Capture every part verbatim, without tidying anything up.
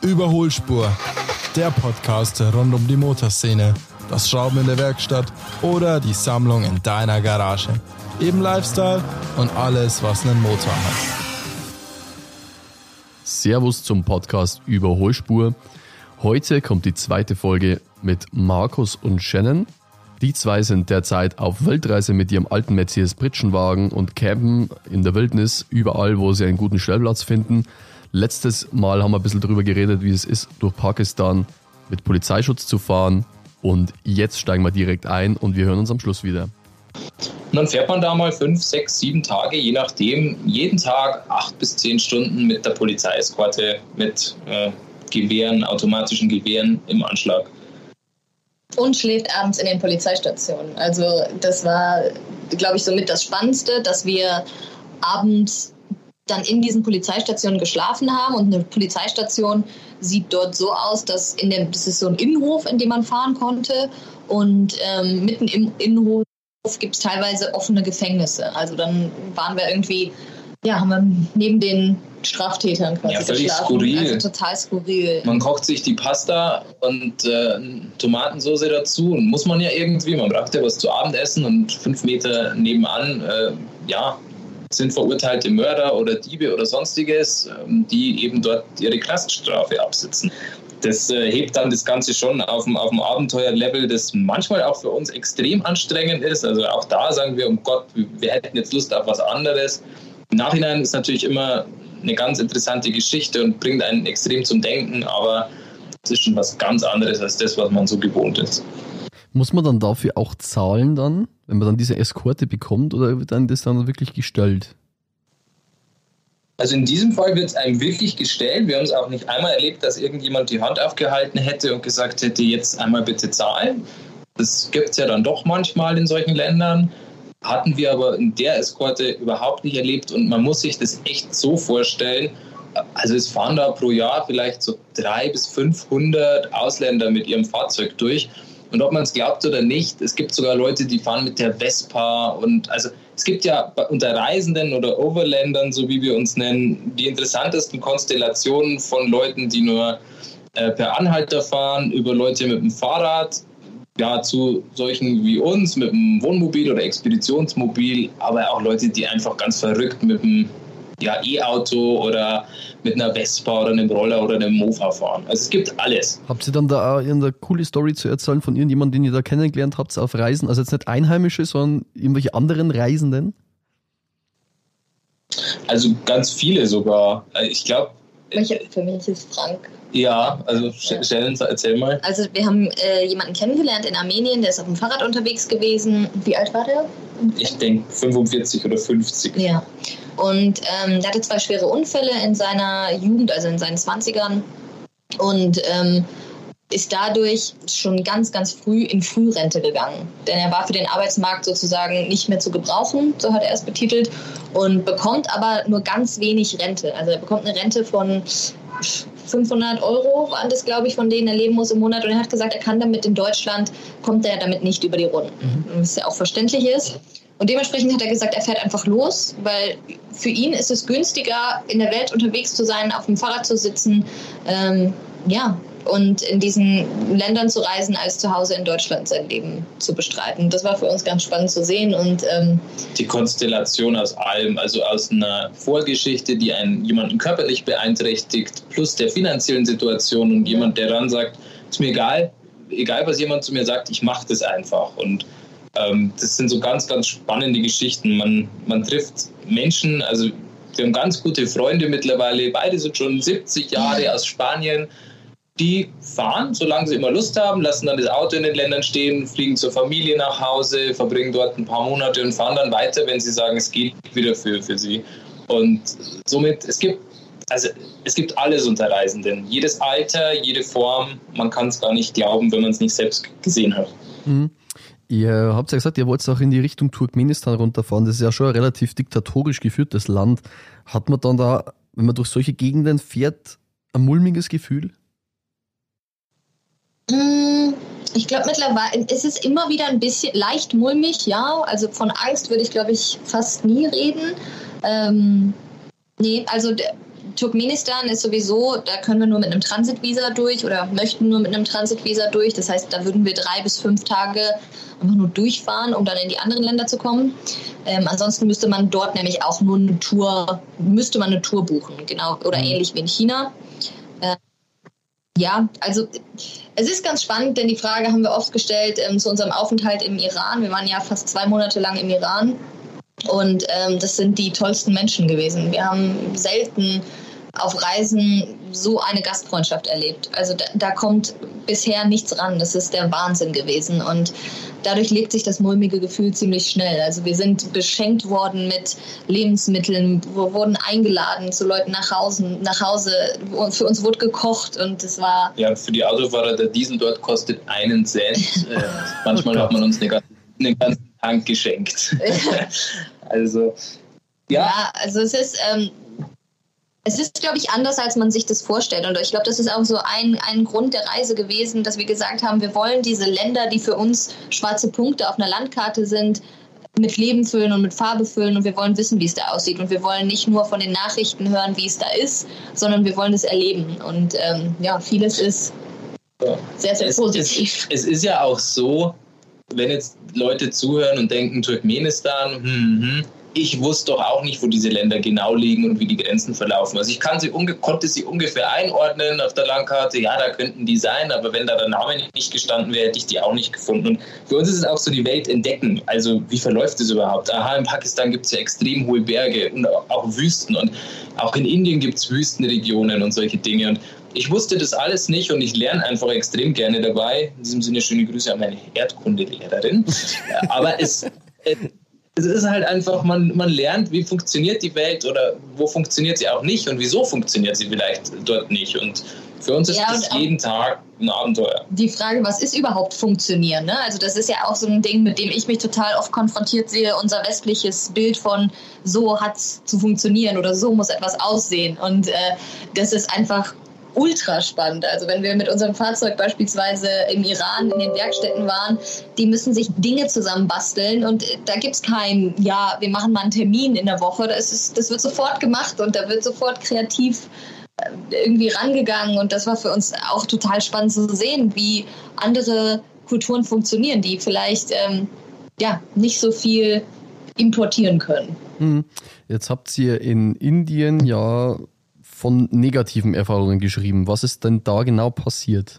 Überholspur, der Podcast rund um die Motorszene, das Schrauben in der Werkstatt oder die Sammlung in deiner Garage. Eben Lifestyle und alles, was einen Motor hat. Servus zum Podcast Überholspur. Heute kommt die zweite Folge mit Markus und Shannon. Die zwei sind derzeit auf Weltreise mit ihrem alten Mercedes Pritschenwagen und campen in der Wildnis überall, wo sie einen guten Stellplatz finden. Letztes Mal haben wir ein bisschen darüber geredet, wie es ist, durch Pakistan mit Polizeischutz zu fahren. Und jetzt steigen wir direkt ein und wir hören uns am Schluss wieder. Und dann fährt man da mal fünf, sechs, sieben Tage, je nachdem, jeden Tag acht bis zehn Stunden mit der Polizeieskorte, mit äh, Gewehren, automatischen Gewehren im Anschlag. Und schläft abends in den Polizeistationen. Also das war, glaube ich, somit das Spannendste, dass wir abends dann in diesen Polizeistationen geschlafen haben. Und eine Polizeistation sieht dort so aus, dass in dem, das ist so ein Innenhof, in dem man fahren konnte. Und ähm, mitten im Innenhof gibt es teilweise offene Gefängnisse. Also dann waren wir irgendwie, ja, haben wir neben den Straftätern quasi ja, völlig geschlafen. Skurril. Also total skurril. Man kocht sich die Pasta und äh, Tomatensauce dazu und muss man ja irgendwie, man braucht ja was zu Abendessen und fünf Meter nebenan, äh, ja, sind verurteilte Mörder oder Diebe oder sonstiges, äh, die eben dort ihre Knaststrafe absitzen. Das äh, hebt dann das Ganze schon auf dem, auf dem Abenteuerlevel, das manchmal auch für uns extrem anstrengend ist. Also auch da sagen wir, um Gott, wir hätten jetzt Lust auf was anderes. Im Nachhinein ist natürlich immer eine ganz interessante Geschichte und bringt einen extrem zum Denken, aber es ist schon was ganz anderes als das, was man so gewohnt ist. Muss man dann dafür auch zahlen dann, wenn man dann diese Eskorte bekommt, oder wird dann das dann wirklich gestellt? Also in diesem Fall wird es einem wirklich gestellt. Wir haben es auch nicht einmal erlebt, dass irgendjemand die Hand aufgehalten hätte und gesagt hätte, jetzt einmal bitte zahlen. Das gibt es ja dann doch manchmal in solchen Ländern. Hatten wir aber in der Eskorte überhaupt nicht erlebt und man muss sich das echt so vorstellen. Also es fahren da pro Jahr vielleicht so dreihundert bis fünfhundert Ausländer mit ihrem Fahrzeug durch. Und ob man es glaubt oder nicht, es gibt sogar Leute, die fahren mit der Vespa. Und also es gibt ja unter Reisenden oder Overlandern, so wie wir uns nennen, die interessantesten Konstellationen von Leuten, die nur äh, per Anhalter fahren, über Leute mit dem Fahrrad, ja, zu solchen wie uns mit dem Wohnmobil oder Expeditionsmobil, aber auch Leute, die einfach ganz verrückt mit dem ja, E-Auto oder mit einer Vespa oder einem Roller oder einem Mofa fahren. Also es gibt alles. Habt ihr dann da auch eine coole Story zu erzählen von irgendjemandem, den ihr da kennengelernt habt auf Reisen? Also jetzt nicht Einheimische, sondern irgendwelche anderen Reisenden? Also ganz viele sogar. Ich glaube... Für mich ist Frank. Ja, also Shannon, erzähl mal. Also wir haben äh, jemanden kennengelernt in Armenien, der ist auf dem Fahrrad unterwegs gewesen. Wie alt war der? Ich denke fünfundvierzig oder fünfzig. Ja. Und ähm, der hatte zwei schwere Unfälle in seiner Jugend, also in seinen zwanzigern. Und ähm, ist dadurch schon ganz, ganz früh in Frührente gegangen. Denn er war für den Arbeitsmarkt sozusagen nicht mehr zu gebrauchen, so hat er es betitelt, und bekommt aber nur ganz wenig Rente. Also er bekommt eine Rente von fünfhundert Euro, waren das, glaube ich, von denen er leben muss im Monat. Und er hat gesagt, er kann damit in Deutschland, kommt er damit nicht über die Runden. Mhm. Was ja auch verständlich ist. Und dementsprechend hat er gesagt, er fährt einfach los, weil für ihn ist es günstiger, in der Welt unterwegs zu sein, auf dem Fahrrad zu sitzen, ähm, ja, und in diesen Ländern zu reisen, als zu Hause in Deutschland sein Leben zu bestreiten. Das war für uns ganz spannend zu sehen. Und ähm, die Konstellation aus allem, also aus einer Vorgeschichte, die einen jemanden körperlich beeinträchtigt, plus der finanziellen Situation und ja. Jemand, der dann sagt, ist mir egal, egal was jemand zu mir sagt, ich mache das einfach. Und ähm, das sind so ganz, ganz spannende Geschichten. Man, man trifft Menschen, also wir haben ganz gute Freunde mittlerweile, beide sind schon siebzig Jahre aus Spanien. Die fahren, solange sie immer Lust haben, lassen dann das Auto in den Ländern stehen, fliegen zur Familie nach Hause, verbringen dort ein paar Monate und fahren dann weiter, wenn sie sagen, es geht wieder für, für sie. Und somit, es gibt, also es gibt alles unter Reisenden. Jedes Alter, jede Form, man kann es gar nicht glauben, wenn man es nicht selbst gesehen hat. Mhm. Ihr habt ja gesagt, ihr wollt auch in die Richtung Turkmenistan runterfahren. Das ist ja schon ein relativ diktatorisch geführtes Land. Hat man dann da, wenn man durch solche Gegenden fährt, ein mulmiges Gefühl? Ich glaube, mittlerweile ist es immer wieder ein bisschen leicht mulmig, ja. Also von Angst würde ich, glaube ich, fast nie reden. Ähm, nee, also Turkmenistan ist sowieso, da können wir nur mit einem Transitvisa durch oder möchten nur mit einem Transitvisa durch. Das heißt, da würden wir drei bis fünf Tage einfach nur durchfahren, um dann in die anderen Länder zu kommen. Ähm, ansonsten müsste man dort nämlich auch nur eine Tour, müsste man eine Tour buchen, genau, oder mhm. ähnlich wie in China. Äh, ja, also es ist ganz spannend, denn die Frage haben wir oft gestellt ähm, zu unserem Aufenthalt im Iran. Wir waren ja fast zwei Monate lang im Iran. Und ähm, das sind die tollsten Menschen gewesen. Wir haben selten auf Reisen so eine Gastfreundschaft erlebt. Also da, da kommt bisher nichts ran. Das ist der Wahnsinn gewesen. Und dadurch legt sich das mulmige Gefühl ziemlich schnell. Also wir sind beschenkt worden mit Lebensmitteln. Wir wurden eingeladen zu Leuten nach Hause. Nach Hause. Für uns wurde gekocht und es war... Ja, für die Autofahrer, der Diesel dort kostet einen Cent. äh, manchmal hat man uns eine ganze, eine ganze Tank geschenkt. Also, ja. Ja, also es ist, ähm, es ist, glaube ich, anders, als man sich das vorstellt. Und ich glaube, das ist auch so ein, ein Grund der Reise gewesen, dass wir gesagt haben, wir wollen diese Länder, die für uns schwarze Punkte auf einer Landkarte sind, mit Leben füllen und mit Farbe füllen. Und wir wollen wissen, wie es da aussieht. Und wir wollen nicht nur von den Nachrichten hören, wie es da ist, sondern wir wollen es erleben. Und ähm, ja, vieles ist ja. sehr, sehr es, positiv. Es, es ist ja auch so, wenn jetzt Leute zuhören und denken, Turkmenistan, hm, hm, ich wusste doch auch nicht, wo diese Länder genau liegen und wie die Grenzen verlaufen. Also ich kann sie unge- konnte sie ungefähr einordnen auf der Landkarte, ja, da könnten die sein, aber wenn da der Name nicht gestanden wäre, hätte ich die auch nicht gefunden. Und für uns ist es auch so die Welt entdecken. Also wie verläuft es überhaupt? Aha, in Pakistan gibt es ja extrem hohe Berge und auch Wüsten und auch in Indien gibt es Wüstenregionen und solche Dinge. Und ich wusste das alles nicht und ich lerne einfach extrem gerne dabei. In diesem Sinne schöne Grüße an meine Erdkundelehrerin. Aber es, es ist halt einfach, man, man lernt, wie funktioniert die Welt oder wo funktioniert sie auch nicht und wieso funktioniert sie vielleicht dort nicht. Und für uns ist ja, das jeden Tag ein Abenteuer. Die Frage, was ist überhaupt funktionieren? Ne? Also das ist ja auch so ein Ding, mit dem ich mich total oft konfrontiert sehe. Unser westliches Bild von so hat es zu funktionieren oder so muss etwas aussehen. Und äh, das ist einfach ultra spannend. Also wenn wir mit unserem Fahrzeug beispielsweise im Iran in den Werkstätten waren, die müssen sich Dinge zusammenbasteln und da gibt es kein, ja, wir machen mal einen Termin in der Woche. Das, ist, das wird sofort gemacht und da wird sofort kreativ irgendwie rangegangen und das war für uns auch total spannend zu sehen, wie andere Kulturen funktionieren, die vielleicht ähm, ja, nicht so viel importieren können. Jetzt habt ihr in Indien ja von negativen Erfahrungen geschrieben. Was ist denn da genau passiert?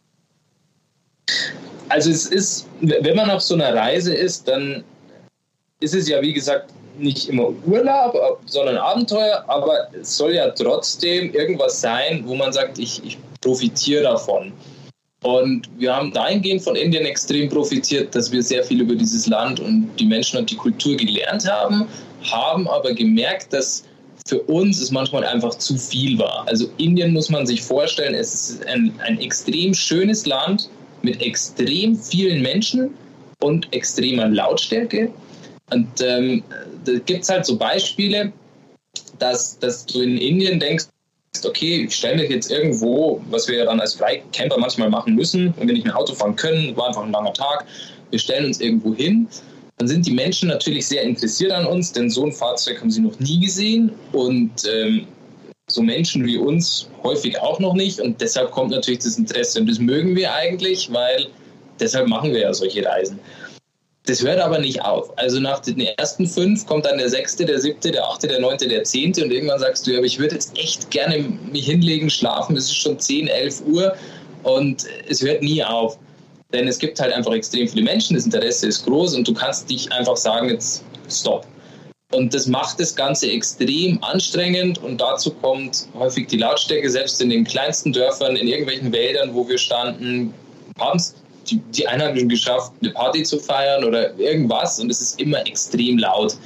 Also es ist, wenn man auf so einer Reise ist, dann ist es ja wie gesagt nicht immer Urlaub, sondern Abenteuer, aber es soll ja trotzdem irgendwas sein, wo man sagt, ich, ich profitiere davon. Und wir haben dahingehend von Indien extrem profitiert, dass wir sehr viel über dieses Land und die Menschen und die Kultur gelernt haben, haben aber gemerkt, dass für uns es manchmal einfach zu viel war. Also Indien muss man sich vorstellen, es ist ein, ein extrem schönes Land mit extrem vielen Menschen und extremer Lautstärke. Und ähm, da gibt es halt so Beispiele, dass, dass du in Indien denkst, okay, ich stelle mich jetzt irgendwo, was wir ja dann als Freicamper manchmal machen müssen, wenn wir nicht mehr Auto fahren können, war einfach ein langer Tag, wir stellen uns irgendwo hin. Dann sind die Menschen natürlich sehr interessiert an uns, denn so ein Fahrzeug haben sie noch nie gesehen und ähm, so Menschen wie uns häufig auch noch nicht und deshalb kommt natürlich das Interesse und das mögen wir eigentlich, weil deshalb machen wir ja solche Reisen. Das hört aber nicht auf. Also nach den ersten fünf kommt dann der sechste, der siebte, der achte, der neunte, der zehnte und irgendwann sagst du, ja, aber ich würde jetzt echt gerne mich hinlegen, schlafen, es ist schon zehn, elf Uhr und es hört nie auf. Denn es gibt halt einfach extrem viele Menschen, das Interesse ist groß und du kannst dich einfach sagen, jetzt stopp. Und das macht das Ganze extrem anstrengend und dazu kommt häufig die Lautstärke, selbst in den kleinsten Dörfern, in irgendwelchen Wäldern, wo wir standen, haben es die, die Einheimischen geschafft, eine Party zu feiern oder irgendwas und es ist immer extrem laut.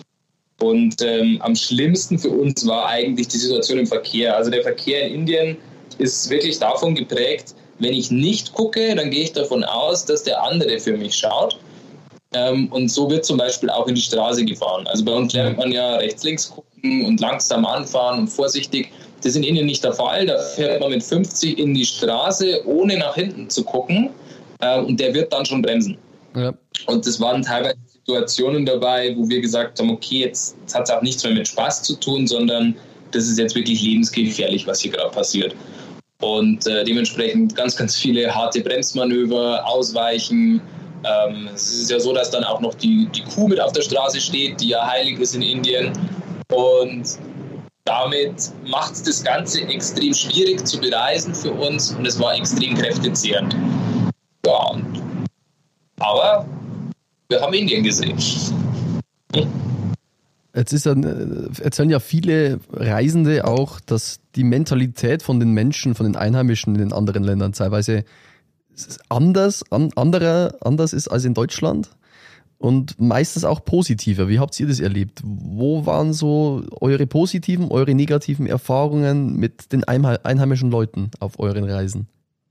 Und ähm, am schlimmsten für uns war eigentlich die Situation im Verkehr. Also der Verkehr in Indien ist wirklich davon geprägt, wenn ich nicht gucke, dann gehe ich davon aus, dass der andere für mich schaut. Ähm, und so wird zum Beispiel auch in die Straße gefahren. Also bei uns lernt man ja rechts, links gucken und langsam anfahren und vorsichtig. Das ist in Indien nicht der Fall. Da fährt man mit fünfzig in die Straße, ohne nach hinten zu gucken. Ähm, und der wird dann schon bremsen. Ja. Und das waren teilweise Situationen dabei, wo wir gesagt haben, okay, jetzt, jetzt hat es auch nichts mehr mit Spaß zu tun, sondern das ist jetzt wirklich lebensgefährlich, was hier gerade passiert. Und äh, dementsprechend ganz, ganz viele harte Bremsmanöver, Ausweichen. Ähm, es ist ja so, dass dann auch noch die, die Kuh mit auf der Straße steht, die ja heilig ist in Indien. Und damit macht es das Ganze extrem schwierig zu bereisen für uns und es war extrem kräftezehrend. Ja, und, aber wir haben Indien gesehen. Jetzt ist dann, erzählen ja viele Reisende auch, dass die Mentalität von den Menschen, von den Einheimischen in den anderen Ländern teilweise anders, an, anderer, anders ist als in Deutschland und meistens auch positiver. Wie habt ihr das erlebt? Wo waren so eure positiven, eure negativen Erfahrungen mit den einheimischen Leuten auf euren Reisen?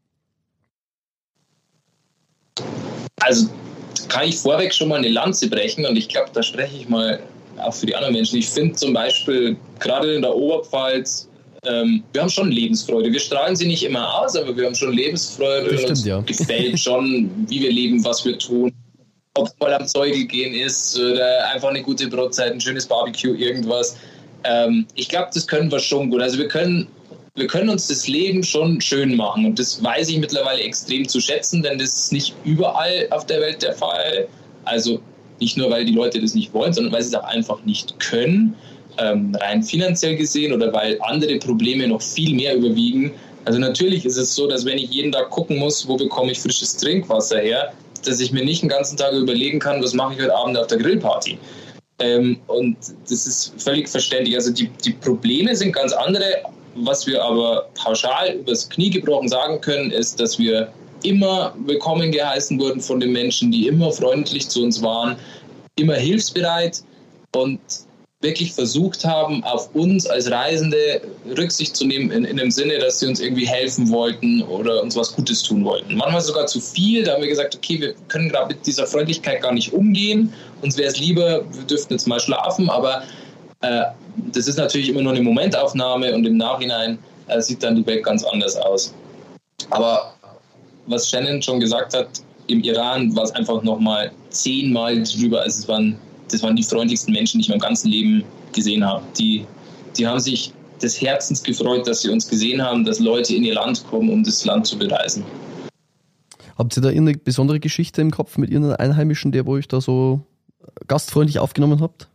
Also kann ich vorweg schon mal eine Lanze brechen und ich glaube, da spreche ich mal auch für die anderen Menschen. Ich finde zum Beispiel gerade in der Oberpfalz, ähm, wir haben schon Lebensfreude. Wir strahlen sie nicht immer aus, aber wir haben schon Lebensfreude. Das stimmt, uns ja. Gefällt schon, wie wir leben, was wir tun. Ob es mal am Zeugel gehen ist oder einfach eine gute Brotzeit, ein schönes Barbecue, irgendwas. Ähm, ich glaube, das können wir schon gut. Also wir können, wir können uns das Leben schon schön machen und das weiß ich mittlerweile extrem zu schätzen, denn das ist nicht überall auf der Welt der Fall. Also nicht nur, weil die Leute das nicht wollen, sondern weil sie es auch einfach nicht können, ähm, rein finanziell gesehen oder weil andere Probleme noch viel mehr überwiegen. Also natürlich ist es so, dass wenn ich jeden Tag gucken muss, wo bekomme ich frisches Trinkwasser her, dass ich mir nicht den ganzen Tag überlegen kann, was mache ich heute Abend auf der Grillparty. Ähm, und das ist völlig verständlich. Also die, die Probleme sind ganz andere. Was wir aber pauschal übers Knie gebrochen sagen können, ist, dass wir immer willkommen geheißen wurden von den Menschen, die immer freundlich zu uns waren, immer hilfsbereit und wirklich versucht haben, auf uns als Reisende Rücksicht zu nehmen, in, in dem Sinne, dass sie uns irgendwie helfen wollten oder uns was Gutes tun wollten. Manchmal sogar zu viel, da haben wir gesagt, okay, wir können gerade mit dieser Freundlichkeit gar nicht umgehen, uns wäre es lieber, wir dürften jetzt mal schlafen, aber äh, das ist natürlich immer nur eine Momentaufnahme und im Nachhinein äh, sieht dann die Welt ganz anders aus. Aber was Shannon schon gesagt hat, im Iran war es einfach nochmal zehnmal drüber. Also es waren, das waren die freundlichsten Menschen, die ich in meinem ganzen Leben gesehen habe. Die, die haben sich des Herzens gefreut, dass sie uns gesehen haben, dass Leute in ihr Land kommen, um das Land zu bereisen. Habt ihr da eine besondere Geschichte im Kopf mit irgendeinem Einheimischen, der wo euch da so gastfreundlich aufgenommen habt?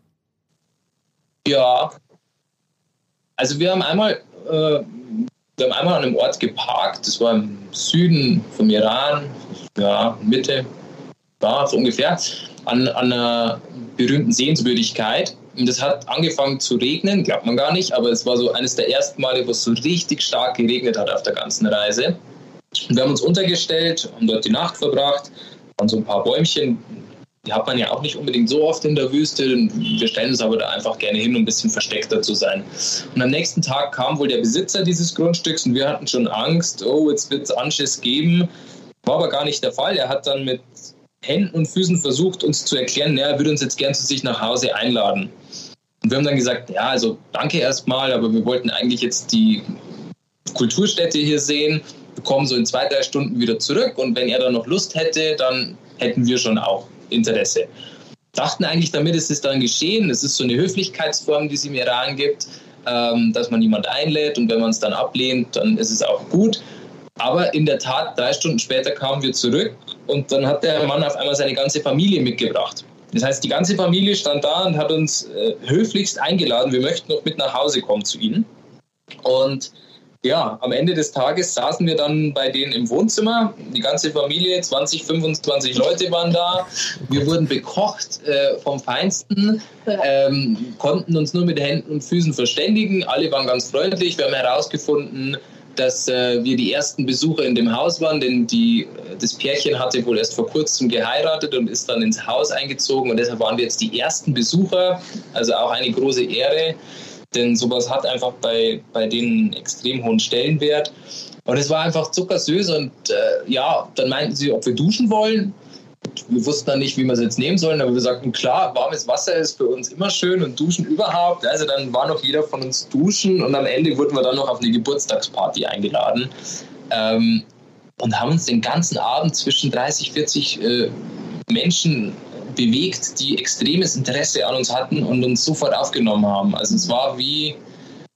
Ja, also wir haben einmal... Äh, Wir haben einmal an einem Ort geparkt, das war im Süden vom Iran, ja, Mitte, war so ungefähr, an, an einer berühmten Sehenswürdigkeit. Und das hat angefangen zu regnen, glaubt man gar nicht, aber es war so eines der ersten Male, wo es so richtig stark geregnet hat auf der ganzen Reise. Und wir haben uns untergestellt, haben dort die Nacht verbracht, waren so ein paar Bäumchen. Die hat man ja auch nicht unbedingt so oft in der Wüste. Wir stellen uns aber da einfach gerne hin, um ein bisschen versteckter zu sein. Und am nächsten Tag kam wohl der Besitzer dieses Grundstücks und wir hatten schon Angst, oh, jetzt wird es Anschiss geben. War aber gar nicht der Fall. Er hat dann mit Händen und Füßen versucht, uns zu erklären, na, er würde uns jetzt gern zu sich nach Hause einladen. Und wir haben dann gesagt, ja, also danke erstmal, aber wir wollten eigentlich jetzt die Kulturstätte hier sehen. Wir kommen so in zwei, drei Stunden wieder zurück und wenn er dann noch Lust hätte, dann hätten wir schon auch Interesse. Dachten eigentlich, damit ist es dann geschehen. Es ist so eine Höflichkeitsform, die es im Iran gibt, ähm, dass man jemand einlädt und wenn man es dann ablehnt, dann ist es auch gut. Aber in der Tat, drei Stunden später kamen wir zurück und dann hat der Mann auf einmal seine ganze Familie mitgebracht. Das heißt, die ganze Familie stand da und hat uns äh, höflichst eingeladen. Wir möchten noch mit nach Hause kommen zu ihnen. Und ja, am Ende des Tages saßen wir dann bei denen im Wohnzimmer. Die ganze Familie, zwanzig, fünfundzwanzig Leute waren da. Wir wurden bekocht äh, vom Feinsten, ähm, konnten uns nur mit Händen und Füßen verständigen. Alle waren ganz freundlich. Wir haben herausgefunden, dass äh, wir die ersten Besucher in dem Haus waren, denn die, das Pärchen hatte wohl erst vor kurzem geheiratet und ist dann ins Haus eingezogen. Und deshalb waren wir jetzt die ersten Besucher. Also auch eine große Ehre. Denn sowas hat einfach bei, bei denen einen extrem hohen Stellenwert. Und es war einfach zuckersüß. Und äh, ja, dann meinten sie, ob wir duschen wollen. Wir wussten dann nicht, wie wir es jetzt nehmen sollen. Aber wir sagten, klar, warmes Wasser ist für uns immer schön und duschen überhaupt. Also dann war noch jeder von uns duschen. Und am Ende wurden wir dann noch auf eine Geburtstagsparty eingeladen. Ähm, und haben uns den ganzen Abend zwischen dreißig, vierzig äh, Menschen bewegt, die extremes Interesse an uns hatten und uns sofort aufgenommen haben. Also es war wie,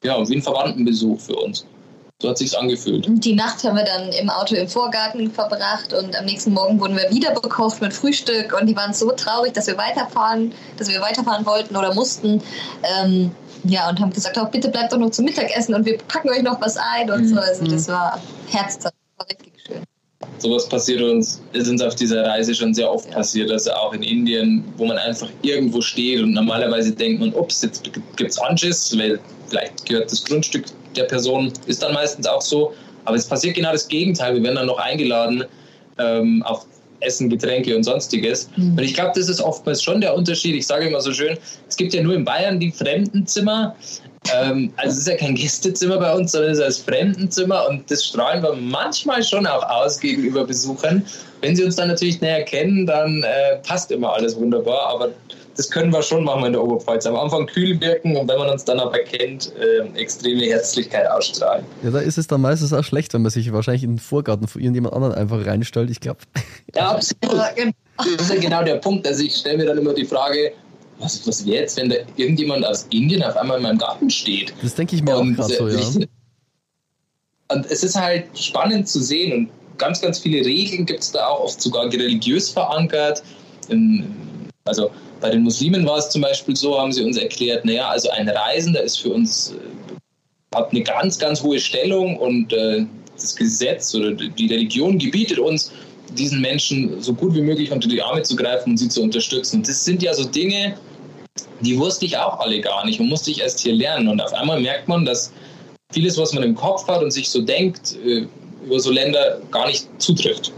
ja, wie ein Verwandtenbesuch für uns. So hat sich's angefühlt. Die Nacht haben wir dann im Auto im Vorgarten verbracht und am nächsten Morgen wurden wir wieder bekocht mit Frühstück und die waren so traurig, dass wir weiterfahren, dass wir weiterfahren wollten oder mussten. Ähm, ja, und haben gesagt, oh, bitte bleibt doch noch zum Mittagessen und wir packen euch noch was ein und so. Also das war Herzzeit, das war richtig schön. Sowas passiert uns, ist uns auf dieser Reise schon sehr oft passiert, also auch in Indien, wo man einfach irgendwo steht und normalerweise denkt man, ups, jetzt gibt's Anschiss, weil vielleicht gehört das Grundstück der Person, ist dann meistens auch so, aber es passiert genau das Gegenteil, wir werden dann noch eingeladen ähm, auf Essen, Getränke und Sonstiges. Mhm. Und ich glaube, das ist oftmals schon der Unterschied. Ich sage immer so schön, es gibt ja nur in Bayern die Fremdenzimmer. Ähm, also es ist ja kein Gästezimmer bei uns, sondern es ist ein Fremdenzimmer und das strahlen wir manchmal schon auch aus gegenüber Besuchern. Wenn sie uns dann natürlich näher kennen, dann äh, passt immer alles wunderbar, aber das können wir schon machen in der Oberpfalz. Am Anfang kühl wirken und wenn man uns dann aber kennt, äh, extreme Herzlichkeit ausstrahlen. Ja, da ist es dann meistens auch schlecht, wenn man sich wahrscheinlich in den Vorgarten von irgendjemand anderen einfach reinstellt, ich glaube. Ja, absolut. Das ist ja genau der Punkt. Also ich stelle mir dann immer die Frage, was, was wäre jetzt, wenn da irgendjemand aus Indien auf einmal in meinem Garten steht? Das denke ich mir und, auch gerade so, ja. Und es ist halt spannend zu sehen und ganz, ganz viele Regeln gibt es da auch, oft sogar religiös verankert. Also bei den Muslimen war es zum Beispiel so, haben sie uns erklärt, naja, also ein Reisender ist für uns, hat eine ganz, ganz hohe Stellung und äh, das Gesetz oder die Religion gebietet uns, diesen Menschen so gut wie möglich unter die Arme zu greifen und sie zu unterstützen. Und das sind ja so Dinge, die wusste ich auch alle gar nicht und musste ich erst hier lernen. Und auf einmal merkt man, dass vieles, was man im Kopf hat und sich so denkt, äh, über so Länder gar nicht zutrifft.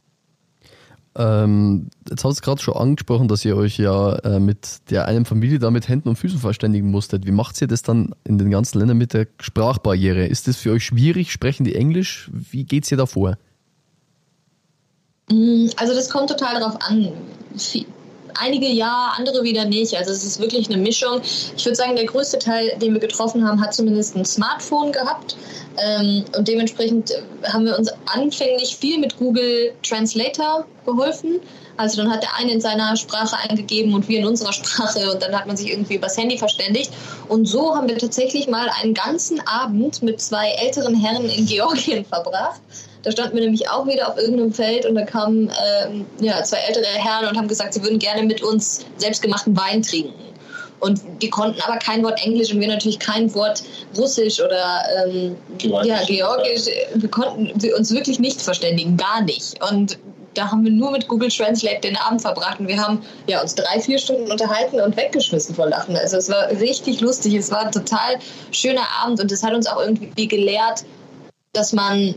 Ähm, jetzt hast du gerade schon angesprochen, dass ihr euch ja äh, mit der einen Familie da mit Händen und Füßen verständigen musstet. Wie macht ihr das dann in den ganzen Ländern mit der Sprachbarriere? Ist das für euch schwierig? Sprechen die Englisch? Wie geht's ihr da vor? Also das kommt total darauf an. Einige ja, andere wieder nicht. Also es ist wirklich eine Mischung. Ich würde sagen, der größte Teil, den wir getroffen haben, hat zumindest ein Smartphone gehabt. Ähm, und dementsprechend haben wir uns anfänglich viel mit Google Translator geholfen. Also dann hat der eine in seiner Sprache eingegeben und wir in unserer Sprache und dann hat man sich irgendwie übers Handy verständigt. Und so haben wir tatsächlich mal einen ganzen Abend mit zwei älteren Herren in Georgien verbracht. Da standen wir nämlich auch wieder auf irgendeinem Feld und da kamen ähm, ja, zwei ältere Herren und haben gesagt, sie würden gerne mit uns selbstgemachten Wein trinken. Und die konnten aber kein Wort Englisch und wir natürlich kein Wort Russisch oder ähm, ja, Georgisch. Wir konnten uns wirklich nicht verständigen, gar nicht. Und da haben wir nur mit Google Translate den Abend verbracht und wir haben ja, uns drei, vier Stunden unterhalten und weggeschmissen vor Lachen. Also es war richtig lustig, es war ein total schöner Abend und es hat uns auch irgendwie gelehrt, dass man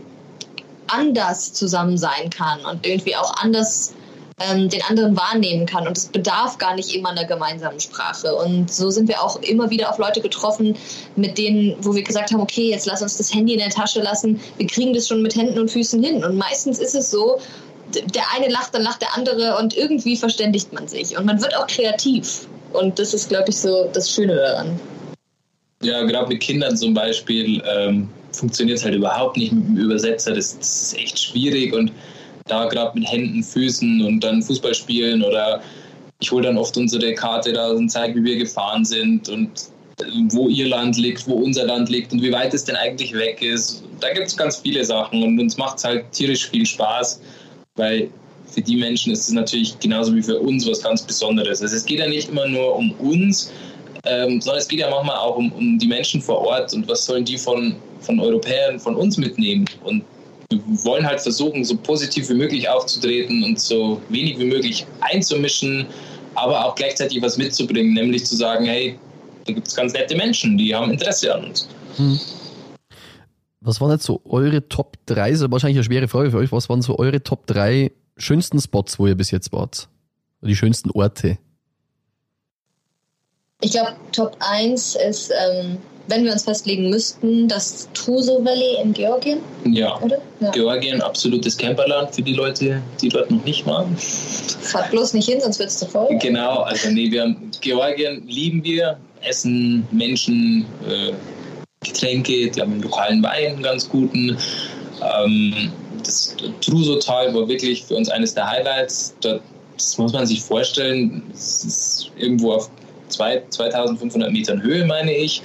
anders zusammen sein kann und irgendwie auch anders ähm, den anderen wahrnehmen kann. Und es bedarf gar nicht immer einer gemeinsamen Sprache. Und so sind wir auch immer wieder auf Leute getroffen, mit denen, wo wir gesagt haben, okay, jetzt lass uns das Handy in der Tasche lassen. Wir kriegen das schon mit Händen und Füßen hin. Und meistens ist es so, der eine lacht, dann lacht der andere und irgendwie verständigt man sich. Und man wird auch kreativ. Und das ist, glaube ich, so das Schöne daran. Ja, gerade mit Kindern zum Beispiel ähm, funktioniert es halt überhaupt nicht mit dem Übersetzer. Das, das ist echt schwierig und da gerade mit Händen, Füßen und dann Fußball spielen oder ich hole dann oft unsere Karte da und zeige, wie wir gefahren sind und wo ihr Land liegt, wo unser Land liegt und wie weit es denn eigentlich weg ist. Da gibt es ganz viele Sachen und uns macht es halt tierisch viel Spaß, weil für die Menschen ist es natürlich genauso wie für uns was ganz Besonderes. Also es geht ja nicht immer nur um uns, ähm, sondern es geht ja manchmal auch um, um die Menschen vor Ort und was sollen die von, von Europäern, von uns mitnehmen. Und wir wollen halt versuchen, so positiv wie möglich aufzutreten und so wenig wie möglich einzumischen, aber auch gleichzeitig was mitzubringen, nämlich zu sagen, hey, da gibt es ganz nette Menschen, die haben Interesse an uns. Hm. Was waren jetzt so eure Top drei, das ist wahrscheinlich eine schwere Frage für euch, was waren so eure Top drei schönsten Spots, wo ihr bis jetzt wart? Oder die schönsten Orte? Ich glaube, Top eins ist, ähm, wenn wir uns festlegen müssten, das Truso Valley in Georgien. Ja. Oder? Ja, Georgien, absolutes Camperland für die Leute, die dort noch nicht waren. Fahrt bloß nicht hin, sonst wird es zu voll. Genau, also nee, wir haben, Georgien lieben wir, Essen, Menschen, äh, Getränke, die haben einen lokalen Wein, einen ganz guten. Ähm, das Truso-Tal war wirklich für uns eines der Highlights. Das muss man sich vorstellen, es ist irgendwo auf zweitausendfünfhundert Metern Höhe, meine ich.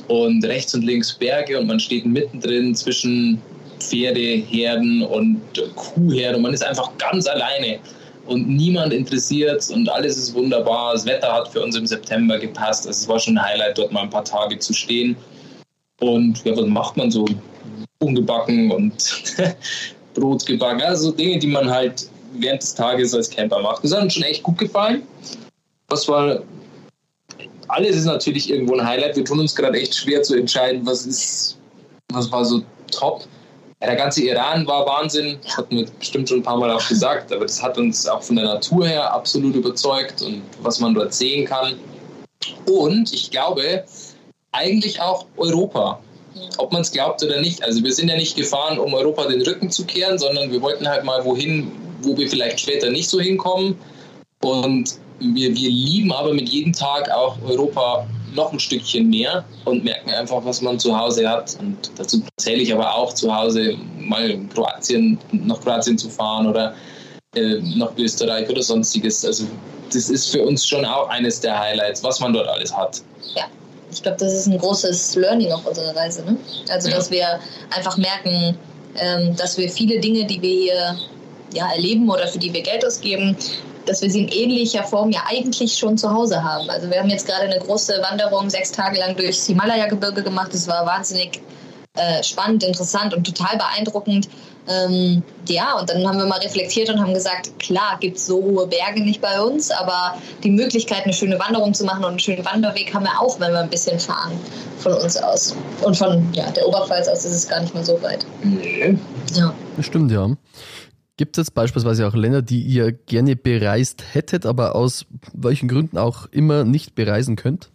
und rechts und links Berge und man steht mittendrin zwischen Pferdeherden und Kuhherden und man ist einfach ganz alleine und niemand interessiert und alles ist wunderbar. Das Wetter hat für uns im September gepasst. Also es war schon ein Highlight, dort mal ein paar Tage zu stehen. Und ja, was macht man so? Kuchen gebacken und Brot gebacken. Also Dinge, die man halt während des Tages als Camper macht. Das hat uns schon echt gut gefallen. Was war... Alles ist natürlich irgendwo ein Highlight. Wir tun uns gerade echt schwer zu entscheiden, was ist, was war so top. Ja, der ganze Iran war Wahnsinn. Das hatten wir bestimmt schon ein paar Mal auch gesagt. Aber das hat uns auch von der Natur her absolut überzeugt und was man dort sehen kann. Und ich glaube, eigentlich auch Europa. Ob man es glaubt oder nicht. Also wir sind ja nicht gefahren, um Europa den Rücken zu kehren, sondern wir wollten halt mal wohin, wo wir vielleicht später nicht so hinkommen. Und wir, wir lieben aber mit jedem Tag auch Europa noch ein Stückchen mehr und merken einfach, was man zu Hause hat. Und dazu zähle ich aber auch zu Hause mal in Kroatien, nach Kroatien zu fahren oder äh, nach Österreich oder sonstiges. Also das ist für uns schon auch eines der Highlights, was man dort alles hat. Ja, ich glaube, das ist ein großes Learning auf unserer Reise. Ne? Also, ja. dass wir einfach merken, ähm, dass wir viele Dinge, die wir hier ja, erleben oder für die wir Geld ausgeben, dass wir sie in ähnlicher Form ja eigentlich schon zu Hause haben. Also wir haben jetzt gerade eine große Wanderung sechs Tage lang durchs Himalaya-Gebirge gemacht. Das war wahnsinnig äh, spannend, interessant und total beeindruckend. Ähm, ja, und dann haben wir mal reflektiert und haben gesagt, klar, gibt es so hohe Berge nicht bei uns, aber die Möglichkeit, eine schöne Wanderung zu machen und einen schönen Wanderweg haben wir auch, wenn wir ein bisschen fahren von uns aus. Und von ja, der Oberpfalz aus ist es gar nicht mehr so weit. Nee. Ja. Das stimmt, ja. Gibt es jetzt beispielsweise auch Länder, die ihr gerne bereist hättet, aber aus welchen Gründen auch immer nicht bereisen könnt?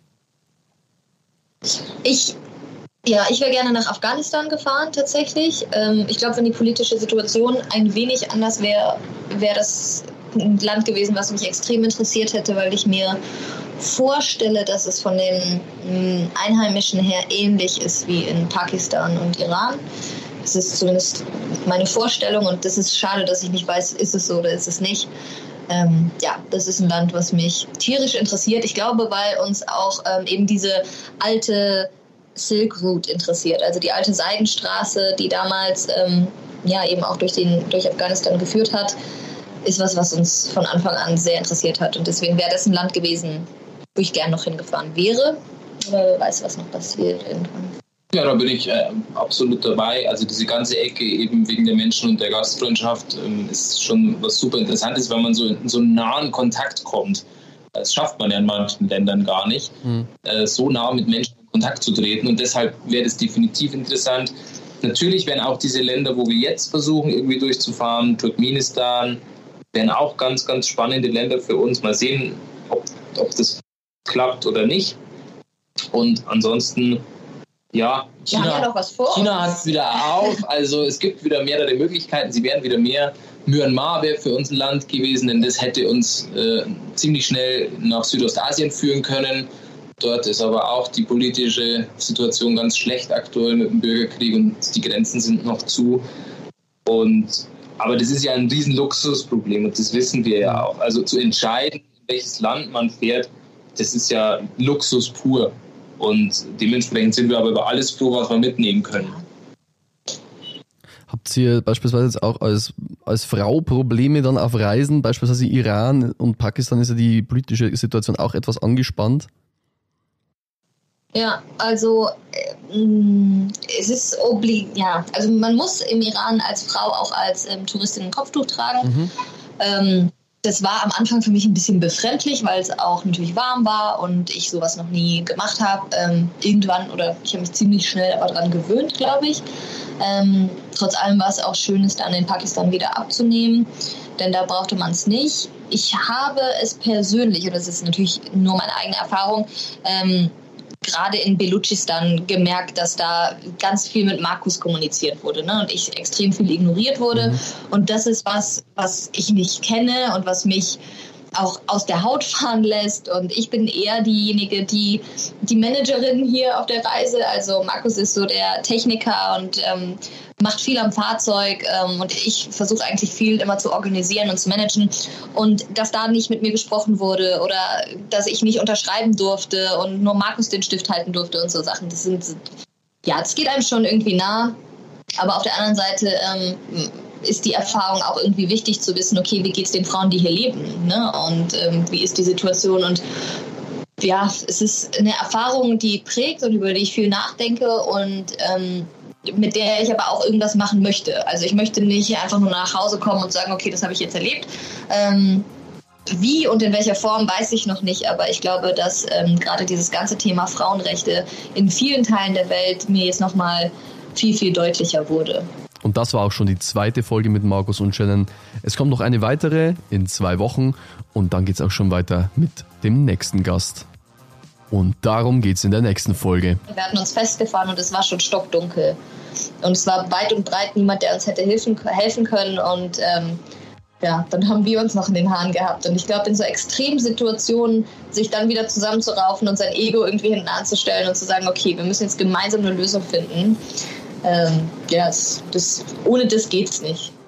Ich, ja, ich wäre gerne nach Afghanistan gefahren, tatsächlich. Ähm, ich glaube, wenn die politische Situation ein wenig anders wäre, wäre das ein Land gewesen, was mich extrem interessiert hätte, weil ich mir vorstelle, dass es von den mh, Einheimischen her ähnlich ist wie in Pakistan und Iran. Das ist zumindest meine Vorstellung und das ist schade, dass ich nicht weiß, ist es so oder ist es nicht. Ähm, ja, das ist ein Land, was mich tierisch interessiert. Ich glaube, weil uns auch ähm, eben diese alte Silk Route interessiert, also die alte Seidenstraße, die damals ähm, ja eben auch durch, den, durch Afghanistan geführt hat, ist was, was uns von Anfang an sehr interessiert hat. Und deswegen wäre das ein Land gewesen, wo ich gern noch hingefahren wäre. Aber wer weiß, was noch passiert irgendwann. Ja, da bin ich äh, absolut dabei. Also diese ganze Ecke eben wegen der Menschen und der Gastfreundschaft ähm, ist schon was super Interessantes, weil man so in so einen nahen Kontakt kommt. Das schafft man ja in manchen Ländern gar nicht, mhm. äh, so nah mit Menschen in Kontakt zu treten. Und deshalb wäre das definitiv interessant. Natürlich wären auch diese Länder, wo wir jetzt versuchen, irgendwie durchzufahren, Turkmenistan, wären auch ganz, ganz spannende Länder für uns. Mal sehen, ob, ob das klappt oder nicht. Und ansonsten... Ja, China, ja noch was vor China hat wieder auf, also es gibt wieder mehrere Möglichkeiten, sie werden wieder mehr. Myanmar wäre für uns ein Land gewesen, denn das hätte uns äh, ziemlich schnell nach Südostasien führen können. Dort ist aber auch die politische Situation ganz schlecht aktuell mit dem Bürgerkrieg und die Grenzen sind noch zu. Und, aber das ist ja ein riesen Luxusproblem und das wissen wir ja auch. Also zu entscheiden, in welches Land man fährt, das ist ja Luxus pur. Und dementsprechend sind wir aber über alles froh, was wir mitnehmen können. Habt ihr beispielsweise jetzt auch als, als Frau Probleme dann auf Reisen? Beispielsweise Iran und Pakistan ist ja die politische Situation auch etwas angespannt. Ja, also äh, es ist oblig, ja, also man muss im Iran als Frau auch als ähm, Touristin ein Kopftuch tragen. Mhm. Ähm, Das war am Anfang für mich ein bisschen befremdlich, weil es auch natürlich warm war und ich sowas noch nie gemacht habe. Ähm, irgendwann, oder ich habe mich ziemlich schnell aber daran gewöhnt, glaube ich. Ähm, trotz allem war es auch schön, es dann in Pakistan wieder abzunehmen, denn da brauchte man es nicht. Ich habe es persönlich, und das ist natürlich nur meine eigene Erfahrung, ähm, gerade in Belutschistan gemerkt, dass da ganz viel mit Markus kommuniziert wurde, ne? Und ich extrem viel ignoriert wurde. Mhm. Und das ist was, was ich nicht kenne und was mich auch aus der Haut fahren lässt. Und ich bin eher diejenige, die die Managerin hier auf der Reise. Also Markus ist so der Techniker und ähm, macht viel am Fahrzeug. Ähm, und ich versuche eigentlich viel immer zu organisieren und zu managen. Und dass da nicht mit mir gesprochen wurde oder dass ich nicht unterschreiben durfte und nur Markus den Stift halten durfte und so Sachen. Das sind, ja, das geht einem schon irgendwie nah. Aber auf der anderen Seite ähm, ist die Erfahrung auch irgendwie wichtig zu wissen, okay, wie geht es den Frauen, die hier leben, ne? Und ähm, wie ist die Situation? Und ja, es ist eine Erfahrung, die prägt und über die ich viel nachdenke und ähm, mit der ich aber auch irgendwas machen möchte. Also ich möchte nicht einfach nur nach Hause kommen und sagen, okay, das habe ich jetzt erlebt. Ähm, wie und in welcher Form, weiß ich noch nicht, aber ich glaube, dass ähm, gerade dieses ganze Thema Frauenrechte in vielen Teilen der Welt mir jetzt nochmal viel, viel deutlicher wurde. Und das war auch schon die zweite Folge mit Markus und Shannon. Es kommt noch eine weitere in zwei Wochen und dann geht es auch schon weiter mit dem nächsten Gast. Und darum geht es in der nächsten Folge. Wir hatten uns festgefahren und es war schon stockdunkel. Und es war weit und breit niemand, der uns hätte helfen, helfen können. Und ähm, ja, dann haben wir uns noch in den Haaren gehabt. Und ich glaube, in so extremen Situationen sich dann wieder zusammenzuraufen und sein Ego irgendwie hinten anzustellen und zu sagen, okay, wir müssen jetzt gemeinsam eine Lösung finden. Ähm, ja, das, das, ohne das geht's nicht.